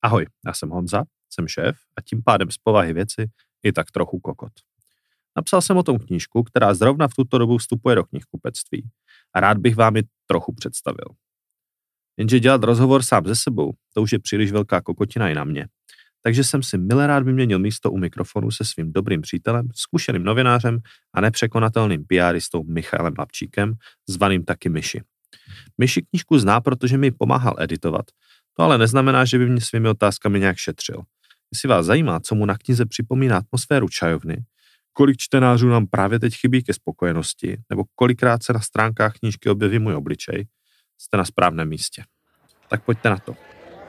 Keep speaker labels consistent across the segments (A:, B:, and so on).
A: Ahoj, já jsem Honza, jsem šéf a tím pádem z povahy věci i tak trochu kokot. Napsal jsem o tom knížku, která zrovna v tuto dobu vstupuje do knihkupectví a rád bych vám ji trochu představil. Jenže dělat rozhovor sám se sebou, to už je příliš velká kokotina i na mě. Takže jsem si milerád vyměnil místo u mikrofonu se svým dobrým přítelem, zkušeným novinářem a nepřekonatelným PRistou Michalem Lapčíkem, zvaným taky Myši. Myši knížku zná, protože mi ji pomáhal editovat. To ale neznamená, že by mě svými otázkami nějak šetřil. Jestli vás zajímá, co mu na knize připomíná atmosféru čajovny, kolik čtenářů nám právě teď chybí ke spokojenosti, nebo kolikrát se na stránkách knížky objeví můj obličej, jste na správném místě. Tak pojďte na to.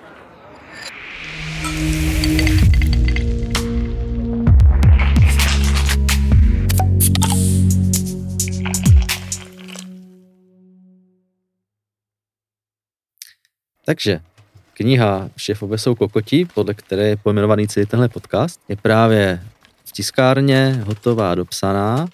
B: Takže kniha Šéfové jsou kokoti, podle které je pojmenovaný celý tenhle podcast, je právě v tiskárně hotová, dopsaná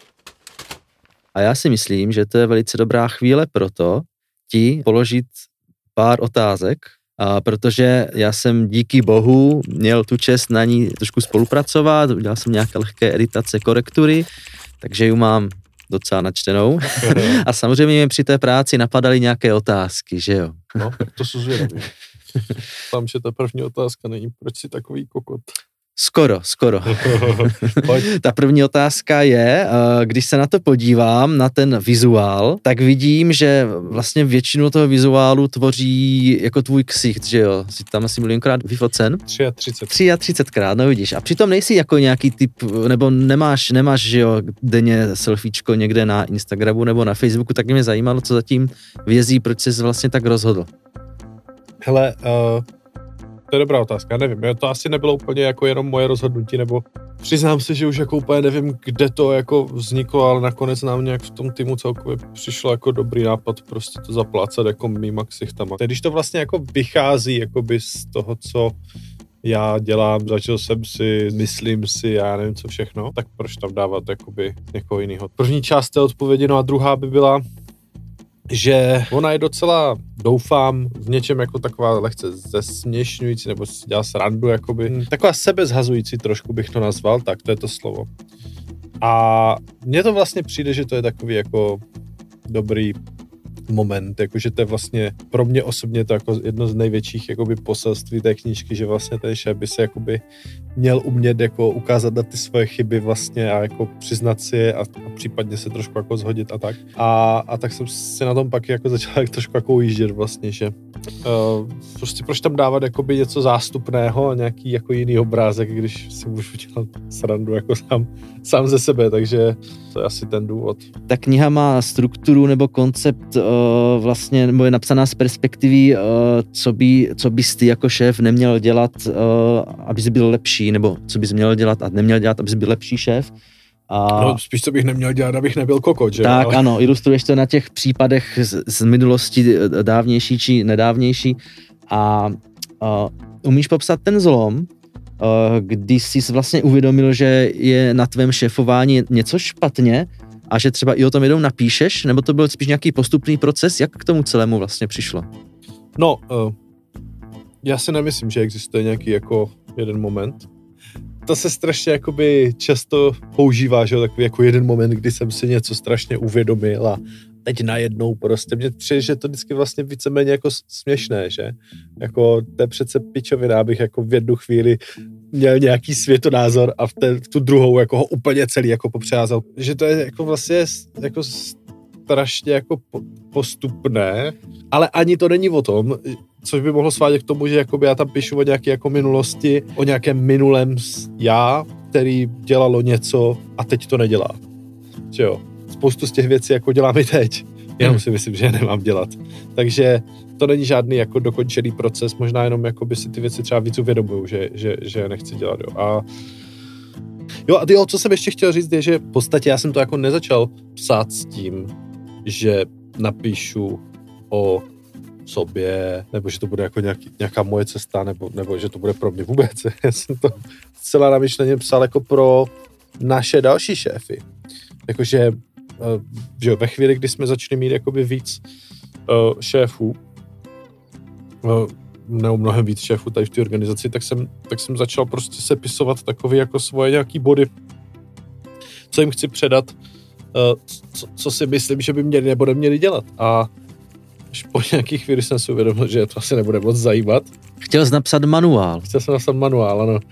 B: a já si myslím, že to je velice dobrá chvíle pro to ti položit pár otázek, protože já jsem díky bohu měl tu čest na ní trošku spolupracovat, udělal jsem nějaké lehké editace, korektury, takže ji mám docela načtenou. A samozřejmě mi při té práci napadaly nějaké otázky, že jo?
C: No, tak to jsou zvědavý. Tam, že ta první otázka není, proč jsi takový kokot?
B: Skoro. Ta první otázka je, když se na to podívám, na ten vizuál, tak vidím, že vlastně většinu toho vizuálu tvoří jako tvůj ksicht, že jo? Jsi tam asi milionkrát vyfocen? 33krát, no vidíš. A přitom nejsi jako nějaký typ, nebo nemáš, že jo, denně selfiečko někde na Instagramu nebo na Facebooku, tak mě zajímalo, co zatím vězí, proč jsi vlastně tak rozhodl.
C: Hele, to je dobrá otázka, nevím, to asi nebylo úplně jako jenom moje rozhodnutí, nebo přiznám se, že už jako úplně nevím, kde to jako vzniklo, ale nakonec nám nějak v tom týmu celkově přišlo jako dobrý nápad prostě to zaplácat jako mýma ksichtama. Teď když to vlastně jako vychází jakoby z toho, co já dělám, začal jsem si, myslím si, já nevím co všechno, tak proč tam dávat jakoby někoho jiného. První část té odpovědi, no a druhá by byla, že ona je docela, doufám, v něčem jako taková lehce zesměšňující, nebo si dělá srandu, jakoby. Taková sebezhazující trošku bych to nazval, tak to je to slovo. A mně to vlastně přijde, že to je takový jako dobrý moment, jakože to je vlastně pro mě osobně to jako jedno z největších jakoby poselství té knížky, že vlastně ten šéf by se jakoby měl umět jako ukázat na ty svoje chyby vlastně a jako přiznat si je a případně se trošku jako zhodit a tak. A tak jsem si na tom pak jako začal trošku jako ujíždět vlastně, že prostě proč tam dávat jakoby něco zástupného a nějaký jako jiný obrázek, když si můžu dělat srandu jako sám ze sebe, takže to je asi ten důvod.
B: Ta kniha má strukturu nebo koncept vlastně, nebo je napsaná z perspektivy, co bys ty jako šéf neměl dělat, abys byl lepší, nebo co bys měl dělat a neměl dělat, abys byl lepší šéf.
C: No, spíš co bych neměl dělat, abych nebyl kokot, že?
B: Tak, ano, ilustruješ to na těch případech z minulosti dávnější či nedávnější a umíš popsat ten zlom, kdy jsi vlastně uvědomil, že je na tvém šéfování něco špatně a že třeba i o tom jednou napíšeš, nebo to byl spíš nějaký postupný proces, jak k tomu celému vlastně přišlo?
C: No, já si nemyslím, že existuje nějaký jako jeden moment. To se strašně jakoby často používá, že takový jako jeden moment, kdy jsem si něco strašně uvědomil a teď najednou prostě. Mně přijde, že to vždycky vlastně víceméně jako směšné, že? Jako to je přece pičovina, abych jako v jednu chvíli měl nějaký světonázor a v tu druhou jako ho úplně celý jako popřázel. Že to je jako vlastně jako strašně jako postupné, ale ani to není o tom, což by mohlo svádět k tomu, že jakoby já tam píšu o nějaké jako minulosti, o nějakém minulém já, který dělalo něco a teď to nedělá. Že jo? Spoustu z těch věcí jako dělám i teď, jenom si myslím, že je nemám dělat. Takže to není žádný jako dokončený proces, možná jenom jakoby si ty věci třeba víc uvědomuju, že nechci dělat. Jo. A co jsem ještě chtěl říct, je, že v podstatě já jsem to jako nezačal psát s tím, že napíšu o sobě, nebo že to bude jako nějaká moje cesta, nebo že to bude pro mě vůbec. Já jsem to celá namyšleně psal jako pro naše další šéfy. Jakože že ve chvíli, kdy jsme začali mít jakoby víc šéfů, nebo mnohem víc šéfů tady v té organizaci, tak jsem začal prostě sepisovat takový jako svoje nějaký body, co jim chci předat, co si myslím, že by měli nebo neměli dělat. A až po nějaký chvíli jsem si uvědomil, že to asi nebude moc zajímat.
B: Chtěl jsi napsat manuál.
C: Chtěl jsem napsat manuál, ano.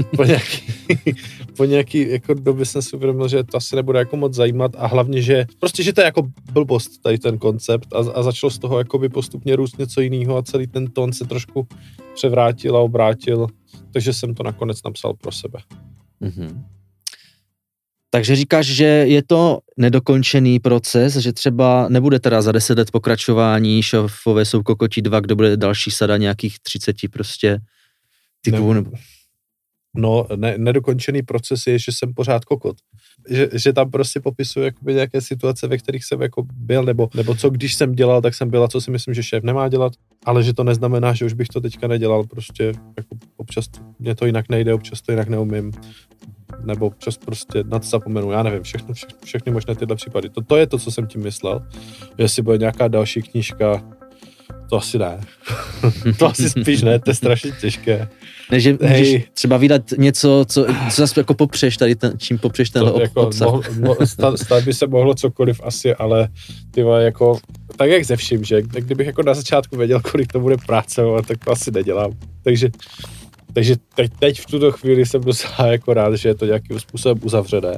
C: Po nějaký jako doby jsem si uvědomil, že to asi nebude jako moc zajímat a hlavně, že prostě, že to je jako blbost tady ten koncept a začalo z toho jakoby postupně růst něco jiného a celý ten tón se trošku převrátil a obrátil, takže jsem to nakonec napsal pro sebe.
B: Mm-hmm. Takže říkáš, že je to nedokončený proces, že třeba nebude teda za 10 let pokračování Šéfové jsou kokoti 2, kde bude další sada nějakých 30 prostě typů.
C: No, nedokončený proces je, že jsem pořád kokot. Že tam prostě popisuju jakoby nějaké situace, ve kterých jsem jako byl, nebo co když jsem dělal, tak jsem byl a co si myslím, že šéf nemá dělat, ale že to neznamená, že už bych to teďka nedělal, prostě jako občas mě to jinak nejde, občas to jinak neumím, nebo občas prostě na to zapomenu, já nevím, všechny možné tyhle případy. To je to, co jsem tím myslel. Jestli bude nějaká další knížka, to asi ne. To asi spíš ne, to je strašně těžké.
B: Ne, že můžeš třeba vydat něco, co zase jako popřeš tady, čím popřeš tenhle
C: jako
B: obsah.
C: Stát by se mohlo cokoliv asi, ale tyva jako, tak jak ze vším, že kdybych jako na začátku věděl, kolik to bude práce, tak to asi nedělám. Takže teď v tuto chvíli jsem docela jako rád, že je to nějakým způsobem uzavřené.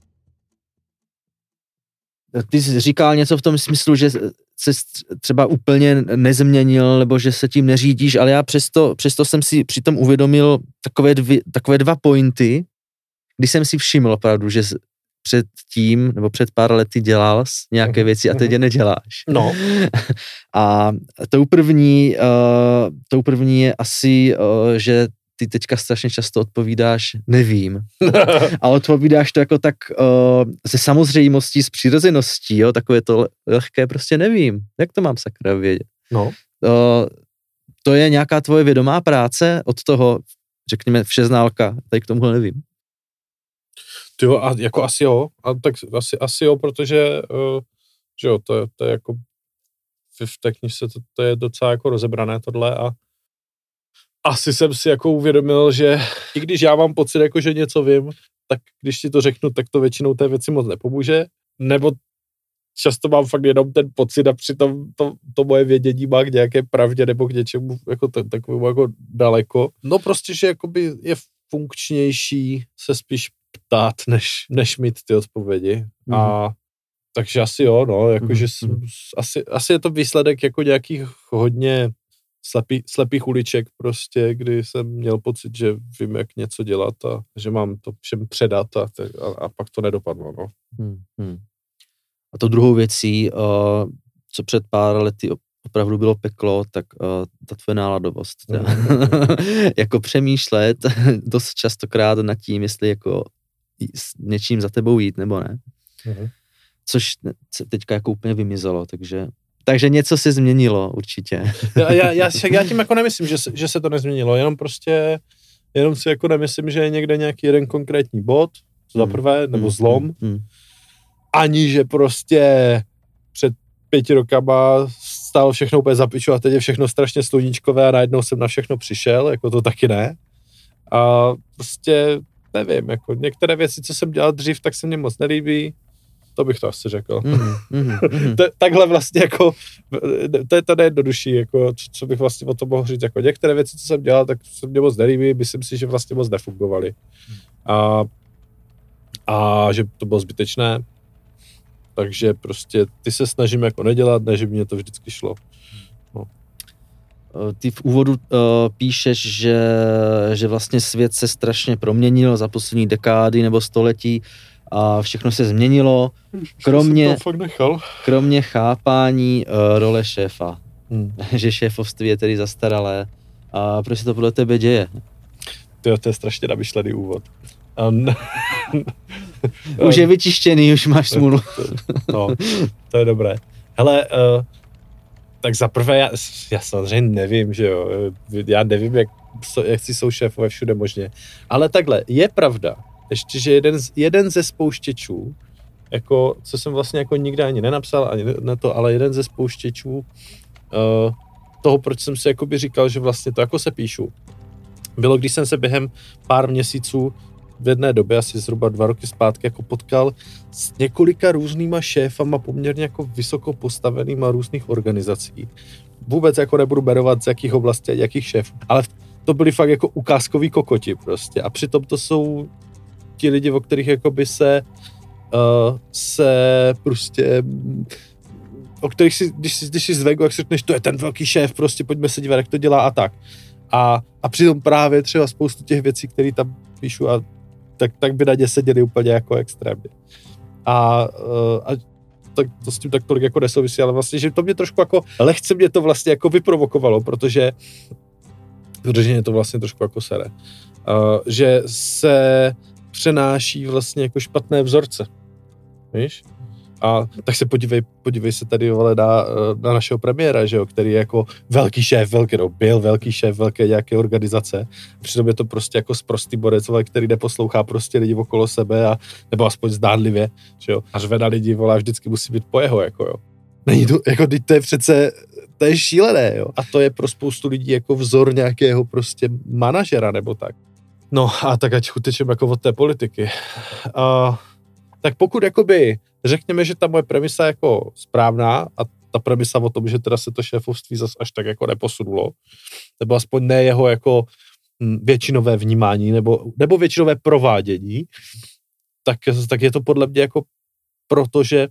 B: Ty jsi říkal něco v tom smyslu, že se třeba úplně nezměnil, nebo že se tím neřídíš, ale já přesto jsem si přitom uvědomil takové dva pointy, kdy jsem si všiml opravdu, že předtím, nebo před pár lety dělal nějaké věci a teď je neděláš.
C: No.
B: A tou první je asi, že ty teďka strašně často odpovídáš nevím. A odpovídáš to jako tak se samozřejmostí, s přirozeností, jo, takové to lehké prostě nevím. Jak to mám sakra vědět?
C: No.
B: To je nějaká tvoje vědomá práce od toho, řekněme, všeználka, tady k tomuhle nevím.
C: Tyjo, a jako asi jo, a tak asi jo, protože že jo, to je jako v té knižce to je docela jako rozebrané tohle a asi jsem si jako uvědomil, že i když já mám pocit, jako že něco vím, tak když ti to řeknu, tak to většinou té věci moc nepomůže, nebo často mám fakt jenom ten pocit a přitom to moje vědění má k nějaké pravdě nebo k něčemu jako takovému jako daleko. No prostě, že jakoby je funkčnější se spíš ptát, než mít ty odpovědi. Mm. A takže asi jo, no, jakože asi je to výsledek jako nějakých hodně slepých uliček prostě, kdy jsem měl pocit, že vím, jak něco dělat a že mám to všem předat a pak to nedopadlo, no.
B: A to druhou věcí, co před pár lety opravdu bylo peklo, tak ta tvoje náladovost. Jako přemýšlet dost častokrát nad tím, jestli jako s něčím za tebou jít, nebo ne. Což se teďka jako úplně vymizelo, takže něco se změnilo určitě.
C: Já tím jako nemyslím, že se to nezměnilo, jenom si jako nemyslím, že je někde nějaký jeden konkrétní bod, za prvé, nebo zlom, ani že prostě před 5 rokama stálo všechno úplně za piču a teď je všechno strašně sluníčkové a najednou jsem na všechno přišel, jako to taky ne. A prostě nevím, jako některé věci, co jsem dělal dřív, tak se mně moc nelíbí. To bych to asi řekl. Takhle vlastně jako, to je to nejjednodušší, jako, co bych vlastně o tom mohl říct. Jako některé věci, co jsem dělal, tak se mně moc nelíbí, myslím si, že vlastně moc nefungovaly. A že to bylo zbytečné. Takže prostě ty se snažím jako nedělat, ne, že by mě to vždycky šlo. No.
B: Ty v úvodu píšeš, že vlastně svět se strašně proměnil za poslední dekády nebo století a všechno se změnilo, kromě chápání role šéfa. Že šéfovství je tedy zastaralé. A proč se to podle tebe děje?
C: To je strašně namyšlený úvod.
B: Už je vyčištěný, už máš smůlu.
C: To je dobré. Hele, tak zaprvé já samozřejmě nevím, že jo. Já nevím, jak si jsou šéfové všude možně. Ale takhle, je pravda, ještě, že jeden ze spouštěčů, jako, co jsem vlastně jako nikdy ani nenapsal, ani ne to, ale jeden ze spouštěčů toho, proč jsem si jakoby říkal, že vlastně to jako se píšu, bylo, když jsem se během pár měsíců v jedné době, asi zhruba 2 roky zpátky, jako potkal s několika různýma šéfama, poměrně jako vysoko postavenýma různých organizací. Vůbec jako nebudu jmenovat z jakých oblastí, jakých šéfů, ale to byli fakt jako ukázkoví kokoti prostě. A přitom to jsou ti lidi, o kterých jakoby se prostě, o kterých si, když si zvenku, jak si řekneš, to je ten velký šéf, prostě pojďme se dívat, jak to dělá a tak. A přitom právě třeba spoustu těch věcí, které tam píšu, a tak by na ně seděli úplně jako extrémně. A tak to s tím tak tolik jako nesouvisí, ale vlastně, že to mě trošku jako, lehce mě to vlastně jako vyprovokovalo, protože mě to vlastně trošku jako sere. Že se přenáší vlastně jako špatné vzorce. Víš? A tak se podívej se tady vole na našeho premiéra, že jo, který je jako velký šéf, byl velký šéf velké nějaké organizace. Přitom je to prostě jako sprostý borec, vole, který neposlouchá prostě lidi okolo sebe, nebo aspoň zdánlivě, že jo. A řve na lidi, vole, vždycky musí být po jeho, jako jo. Není to, jako to je přece, to je šílené, jo. A to je pro spoustu lidí jako vzor nějakého prostě manažera, nebo tak. No a tak ať utečeme jako od té politiky. Tak pokud jakoby řekněme, že ta moje premisa je jako správná a ta premisa o tom, že teda se to šéfovství zas až tak jako neposunulo, nebo aspoň ne jeho jako většinové vnímání nebo většinové provádění, tak je to podle mě jako protože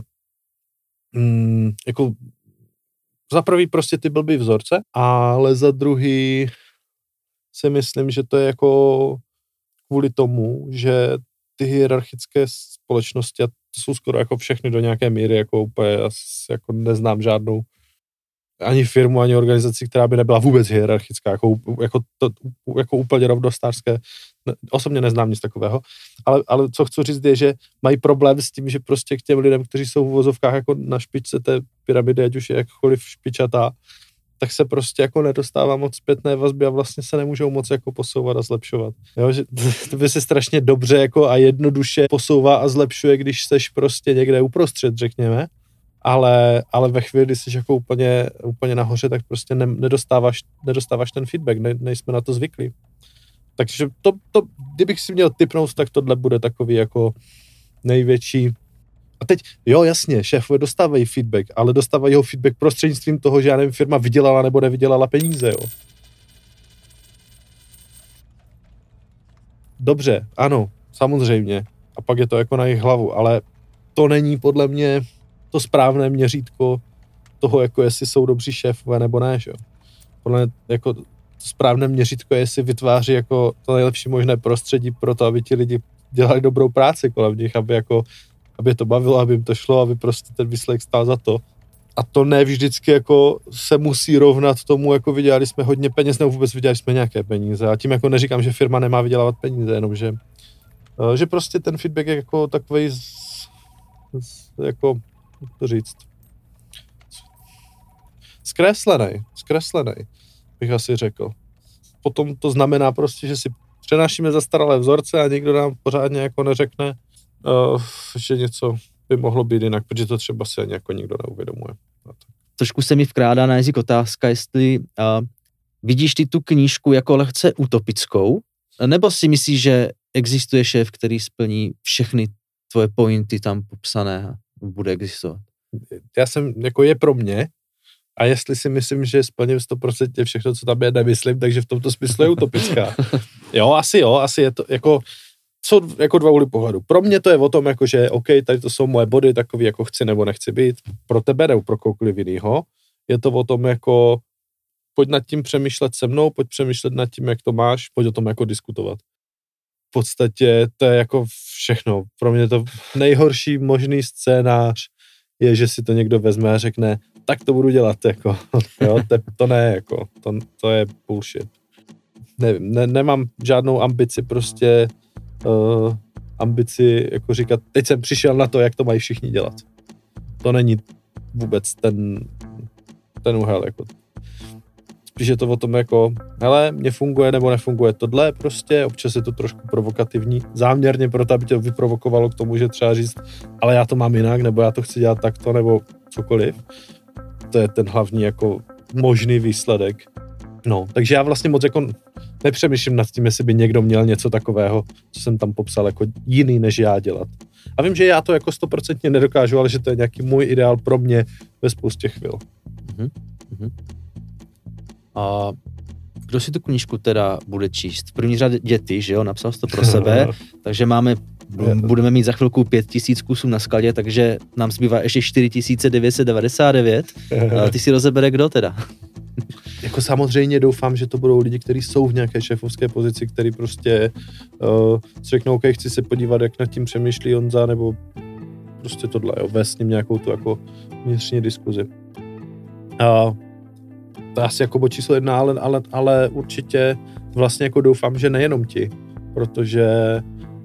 C: jako za prvý prostě ty blbý vzorce, ale za druhý si myslím, že to je jako kvůli tomu, že ty hierarchické společnosti, a to jsou skoro jako všechny do nějaké míry, jako úplně, jako neznám žádnou ani firmu, ani organizaci, která by nebyla vůbec hierarchická, jako úplně rovnostářské. Osobně neznám nic takového, ale co chci říct je, že mají problém s tím, že prostě k těm lidem, kteří jsou v uvozovkách jako na špičce té pyramidy, ať už je jakkoliv špičatá, tak se prostě jako nedostává moc zpětné vazby a vlastně se nemůžou moc jako posouvat a zlepšovat. Jo, že to by se strašně dobře jako a jednoduše posouvá a zlepšuje, když seš prostě někde uprostřed, řekněme, ale ve chvíli, kdy jsi jako úplně nahoře, tak prostě nedostáváš ten feedback, nejsme na to zvyklí. Takže to, kdybych si měl tipnout, tak tohle bude takový jako největší. A teď, jo, jasně, šéfové dostávají feedback, ale dostávají ho feedback prostřednictvím toho, že já nevím, firma vydělala nebo nevydělala peníze, jo. Dobře, ano, samozřejmě. A pak je to jako na jejich hlavu, ale to není podle mě to správné měřítko toho, jako jestli jsou dobří šéfové nebo ne, jo. Podle mě jako to správné měřítko je, jestli vytváří jako to nejlepší možné prostředí pro to, aby ti lidi dělali dobrou práci kolem nich, aby je to bavilo, aby jim to šlo, aby prostě ten výsledek stál za to. A to ne vždycky jako se musí rovnat tomu, jako vydělali jsme hodně peněz, nebo vůbec vydělali jsme nějaké peníze. A tím jako neříkám, že firma nemá vydělávat peníze, jenom že prostě ten feedback je jako takovej jako, jak to říct, zkreslený, bych asi řekl. Potom to znamená prostě, že si přenášíme zastaralé vzorce a nikdo nám pořádně jako neřekne, že něco by mohlo být jinak, protože to třeba si ani jako nikdo neuvědomuje.
B: Trošku se mi vkrádá na jazyk otázka, jestli vidíš ty tu knížku jako lehce utopickou, nebo si myslíš, že existuje šéf, který splní všechny tvoje pointy tam popsané a bude existovat?
C: Já jsem, jako je pro mě, a jestli si myslím, že splním 100% všechno, co tam je, nemyslím, takže v tomto smyslu je utopická. Asi je to, jako jsou jako 2 úhly pohledu. Pro mě to je o tom, jako, že OK, tady to jsou moje body, takový, jako chci nebo nechci být. Pro tebe nebo pro kohokoliv jinýho. Je to o tom, jako pojď nad tím přemýšlet se mnou, pojď přemýšlet nad tím, jak to máš, pojď o tom jako diskutovat. V podstatě to je jako všechno. Pro mě to nejhorší možný scénář je, že si to někdo vezme a řekne, tak to budu dělat, jako, jo, to ne, jako, to je bullshit. Nevím, nemám žádnou ambici prostě, jako říkat, teď jsem přišel na to, jak to mají všichni dělat. To není vůbec ten úhel, jako. Spíš je to o tom, jako, hele, mně funguje nebo nefunguje tohle, prostě, občas je to trošku provokativní, záměrně proto, aby tě vyprovokovalo k tomu, že třeba říct, ale já to mám jinak, nebo já to chci dělat takto, nebo cokoliv. To je ten hlavní, jako, možný výsledek. No, takže já vlastně moc jako nepřemýšlím nad tím, jestli by někdo měl něco takového, co jsem tam popsal, jako jiný než já dělat. A vím, že já to jako 100% nedokážu, ale že to je nějaký můj ideál pro mě ve spoustě chvil.
B: A kdo si tu knížku teda bude číst? V první řadě ty, že jo, napsal jsi to pro sebe, takže budeme mít za chvilku 5000 kusů na skladě, takže nám zbývá ještě 4999. Ty si rozebere kdo teda?
C: Jako samozřejmě doufám, že to budou lidi, kteří jsou v nějaké šéfovské pozici, který prostě řeknou, OK, chci se podívat, jak nad tím přemýšlí Honza, nebo prostě tohle, jo, vést s ním nějakou tu jako vnitřní diskuzi. To je asi jako bod číslo 1, ale určitě vlastně jako doufám, že nejenom ti, protože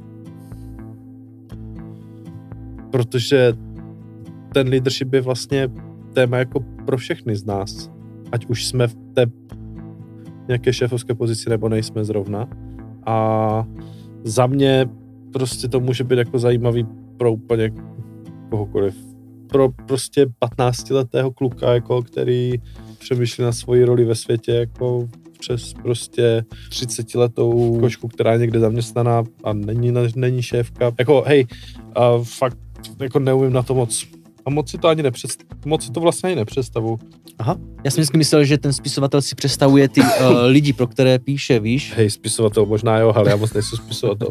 C: ten leadership je vlastně téma jako pro všechny z nás. Ať už jsme v té nějaké šéfovské pozici, nebo nejsme zrovna. A za mě prostě to může být jako zajímavý pro úplně kohokoliv. Pro prostě 15letého kluka, jako, který přemýšlí na svoji roli ve světě, jako přes prostě 30letou kočku, která je někde zaměstnaná a není šéfka. Jako hej, fakt jako neumím na to moc. A moc si to vlastně ani nepředstavuji.
B: Aha, já jsem vždycky myslel, že ten spisovatel si představuje ty lidi, pro které píše, víš?
C: Hej, spisovatel možná jo, ale já moc nejsem spisovatel.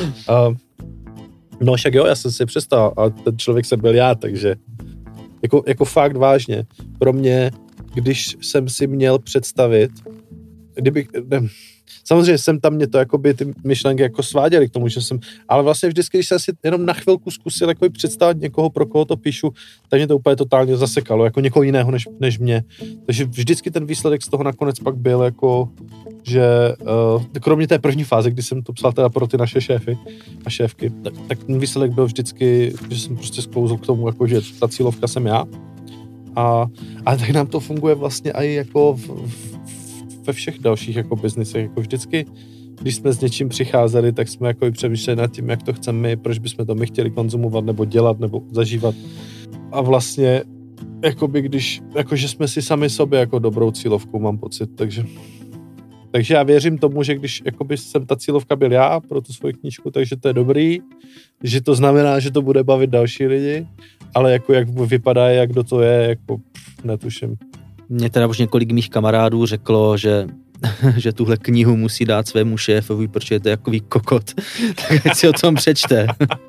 C: No však jo, já jsem si představil a ten člověk jsem byl já, takže jako fakt vážně. Pro mě, když jsem si měl představit, samozřejmě jsem tam mě to jakoby ty myšlenky jako sváděly k tomu, že jsem, ale vlastně vždycky, když jsem si jenom na chvilku zkusil jako představit někoho, pro koho to píšu, tak mě to úplně totálně zasekalo, jako někoho jiného než mě. Takže vždycky ten výsledek z toho nakonec pak byl jako, že kromě té první fáze, kdy jsem to psal teda pro ty naše šéfy a šéfky, tak ten výsledek byl vždycky, že jsem prostě sklouzl k tomu, jako, že ta cílovka jsem já. A tak nám to funguje vlastně i jako ve všech dalších jako biznisech, jako vždycky, když jsme s něčím přicházeli, tak jsme jako i přemýšleli nad tím, jak to chceme my, proč bychom to my chtěli konzumovat, nebo dělat, nebo zažívat. A vlastně, jakoby když, jakože jsme si sami sobě jako dobrou cílovku, mám pocit, takže já věřím tomu, že když jakoby jsem ta cílovka byl já pro tu svoji knížku, takže to je dobrý, že to znamená, že to bude bavit další lidi, ale jako jak vypadá, jak kdo to je, jako netuším.
B: Mě teda už několik mých kamarádů řeklo, že tuhle knihu musí dát svému šéfovi, protože je to takový kokot, tak ať si o tom přečte.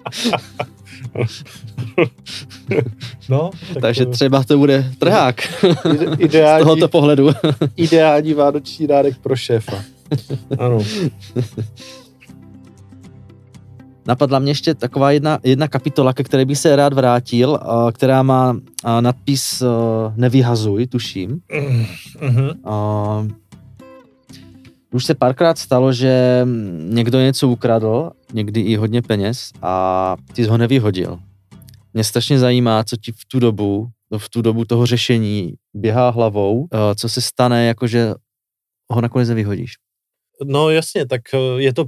C: No,
B: takže třeba to bude trhák
C: ideální,
B: z tohoto pohledu.
C: Ideální vánoční dárek pro šéfa. Ano.
B: Napadla mě ještě taková jedna kapitola, ke které bych se rád vrátil, která má nadpis Nevyhazuj, tuším. Už se párkrát stalo, že někdo něco ukradl, někdy i hodně peněz, a ty jsi ho nevyhodil. Mě strašně zajímá, co ti v tu dobu toho řešení běhá hlavou, co se stane, jakože ho nakonec nevyhodíš.
C: No jasně, tak je to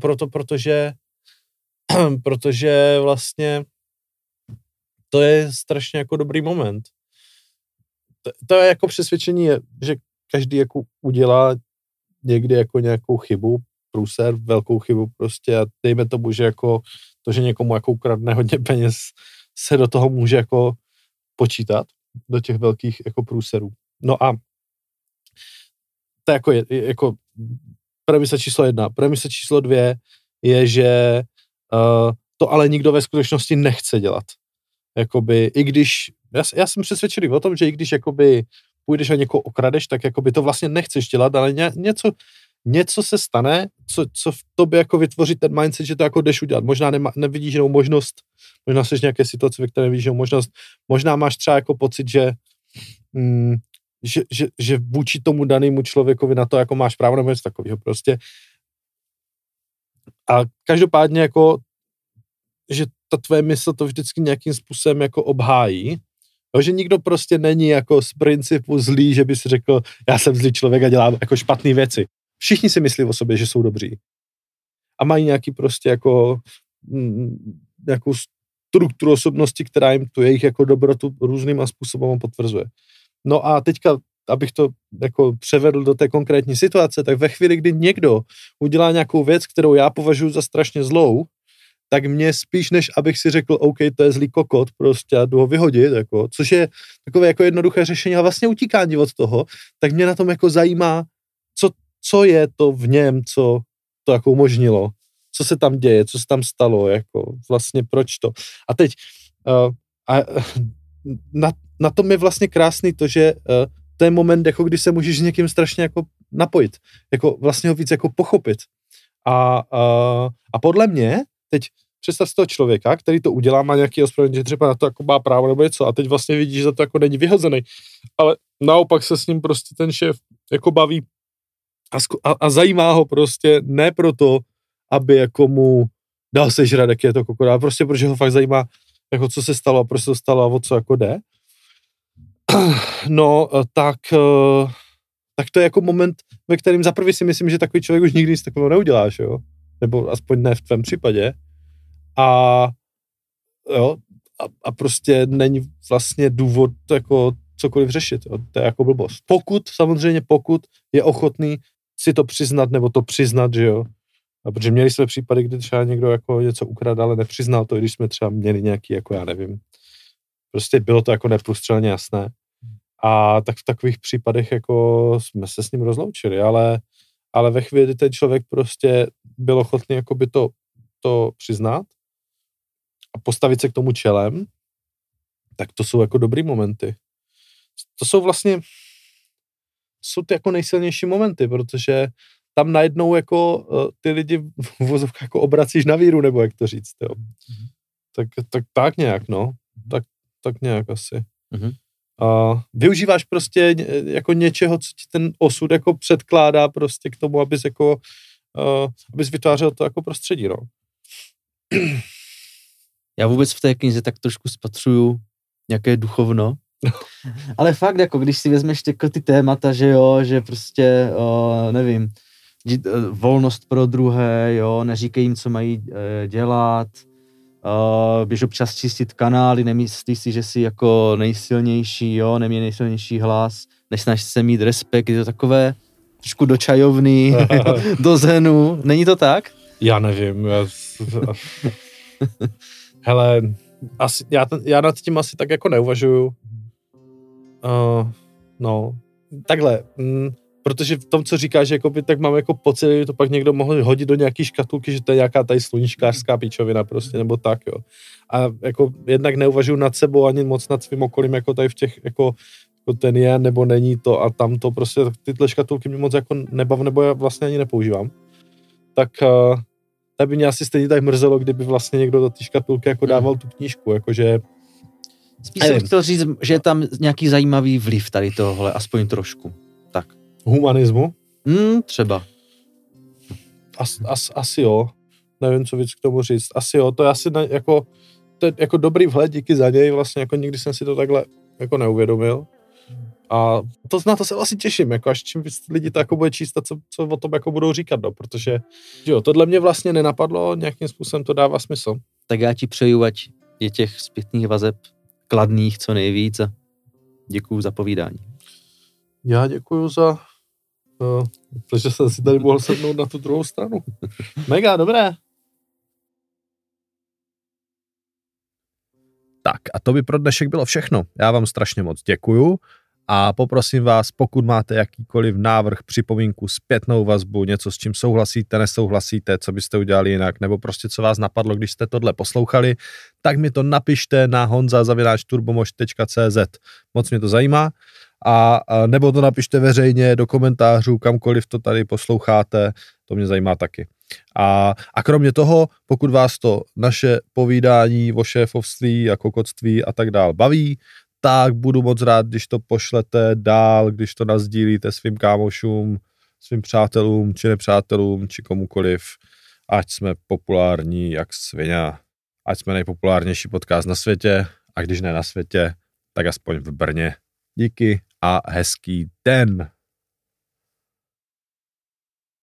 C: protože vlastně to je strašně jako dobrý moment. To je jako přesvědčení, že každý jako udělá někdy jako nějakou chybu, průser, velkou chybu prostě, a dejme tomu, že jako to, že někomu jako ukradne hodně peněz, se do toho může jako počítat, do těch velkých jako průserů. No a to je jako premisa číslo 1. Premisa číslo 2 je, že to ale nikdo ve skutečnosti nechce dělat. Jakoby, i když, já jsem přesvědčený o tom, že i když jakoby půjdeš a někoho okradeš, tak jakoby to vlastně nechceš dělat, ale něco se stane, co v tobě jako vytvoří ten mindset, že to jako jdeš udělat. Možná nevidíš jinou možnost, možná jsi v nějaké situaci, ve které nevidíš jinou možnost, možná máš třeba jako pocit, že vůči tomu danému člověkovi na to jako máš právo nebo něco takového prostě. A každopádně jako, že ta tvoje mysl to vždycky nějakým způsobem jako obhájí, že nikdo prostě není jako z principu zlý, že by si řekl, já jsem zlý člověk a dělám jako špatné věci. Všichni si myslí o sobě, že jsou dobří. A mají nějaký prostě jako nějakou strukturu osobnosti, která jim tu jejich jako dobrotu různýma způsobem potvrzuje. No a teďka abych to jako převedl do té konkrétní situace, tak ve chvíli, kdy někdo udělá nějakou věc, kterou já považuji za strašně zlou, tak mě spíš, než abych si řekl, OK, to je zlý kokot, prostě a jdu ho vyhodit, jako, což je takové jako jednoduché řešení a vlastně utíkání od toho, tak mě na tom jako zajímá, co je to v něm, co to jako umožnilo, co se tam děje, co se tam stalo, jako vlastně proč to. A teď na tom je vlastně krásný to, že to je moment, jako když se můžeš s někým strašně jako napojit, jako vlastně ho víc jako pochopit. A podle mě, teď představ si toho člověka, který to udělá, má nějaký ospravedlnění, že třeba na to jako má právo nebo něco a teď vlastně vidíš, že za to jako není vyhozený, ale naopak se s ním prostě ten šéf jako baví a zajímá ho prostě ne proto, aby jako mu dal sežrat, jak je to kokoda, prostě protože ho fakt zajímá, jako co se stalo a proč se to stalo a o co jako jde. No, tak to je jako moment, ve kterým za prvý si myslím, že takový člověk už nikdy nic takového neuděláš, jo? Nebo aspoň ne v tvém případě. A prostě není vlastně důvod jako cokoliv řešit. Jo? To je jako blbost. Pokud je ochotný si to přiznat, nebo to přiznat, že jo. A protože měli jsme případy, kdy třeba někdo jako něco ukradl, ale nepřiznal to, i když jsme třeba měli nějaký, jako já nevím, prostě bylo to jako neprůstřelně jasné. A tak v takových případech jako jsme se s ním rozloučili, ale ve chvíli, kdy ten člověk prostě byl ochotný jakoby to přiznat a postavit se k tomu čelem, tak to jsou jako dobrý momenty. To jsou vlastně ty jako nejsilnější momenty, protože tam najednou jako ty lidi v uvozovkách jako obracíš na víru, nebo jak to říct, jo. Tak nějak, no. Tak nějak asi. A využíváš prostě jako něčeho, co ti ten osud jako předkládá prostě k tomu, abys jako abys vytvářel to jako prostředí, no.
B: Já vůbec v té knize tak trošku spatřuju nějaké duchovno. Ale fakt, jako když si vezmeš ty témata, že jo, že prostě, nevím, volnost pro druhé, jo, neříkej jim, co mají dělat, běž občas čistit kanály, nemyslíš si, že jsi jako nejsilnější, jo, neměj nejsilnější hlas, nesnaž se mít respekt, je to takové trošku do čajovny, do zenu, není to tak?
C: Já nevím, hele, já nad tím asi tak jako neuvažuju. No, takhle, protože v tom, co říkáš, jakoby, tak mám jako pocit, že to pak někdo mohl hodit do nějaký škatulky, že to je nějaká tady sluníčkářská píčovina prostě, nebo tak, jo. A jako jednak neuvažuji nad sebou ani moc nad svým okolím, jako tady v těch, jako ten je, nebo není to a tam to prostě, tyhle škatulky mě moc jako nebav, nebo já vlastně ani nepoužívám. Tak by mě asi stejně tak mrzelo, kdyby vlastně někdo do té škatulky jako dával tu knížku, jakože
B: spíš jsem chtěl říct, že je tam nějaký zajímavý vliv tady tohle, aspoň trošku. Tak.
C: Humanismu?
B: Třeba.
C: Asi jo. Nevím, co víc k tomu říct. Asi jo. To je asi to je jako dobrý vhled, díky za něj. Vlastně jako nikdy jsem si to takhle jako neuvědomil. A na to se vlastně těším, jako až čím víc lidí to jako bude číst a co o tom jako budou říkat, no, protože jo, tohle mě vlastně nenapadlo, nějakým způsobem to dává smysl.
B: Tak já ti přeju, ať je těch zpětných vazeb kladných co nejvíc a děkuju za povídání.
C: Já děkuju za protože jsem si tady mohl sednout na tu druhou stranu. Mega, dobré.
A: Tak a to by pro dnešek bylo všechno. Já vám strašně moc děkuju a poprosím vás, pokud máte jakýkoliv návrh, připomínku, zpětnou vazbu, něco, s čím souhlasíte, nesouhlasíte, co byste udělali jinak, nebo prostě co vás napadlo, když jste tohle poslouchali, tak mi to napište na honza@turbomož.cz. Moc mě to zajímá. A nebo to napište veřejně do komentářů, kamkoliv to tady posloucháte, to mě zajímá taky. A kromě toho, pokud vás to naše povídání o šéfovství a kokotství a tak dál baví, tak budu moc rád, když to pošlete dál, když to nasdílíte svým kámošům, svým přátelům, či nepřátelům, či komukoliv, ať jsme populární jak svině, ať jsme nejpopulárnější podcast na světě, a když ne na světě, tak aspoň v Brně. Díky a hezký den.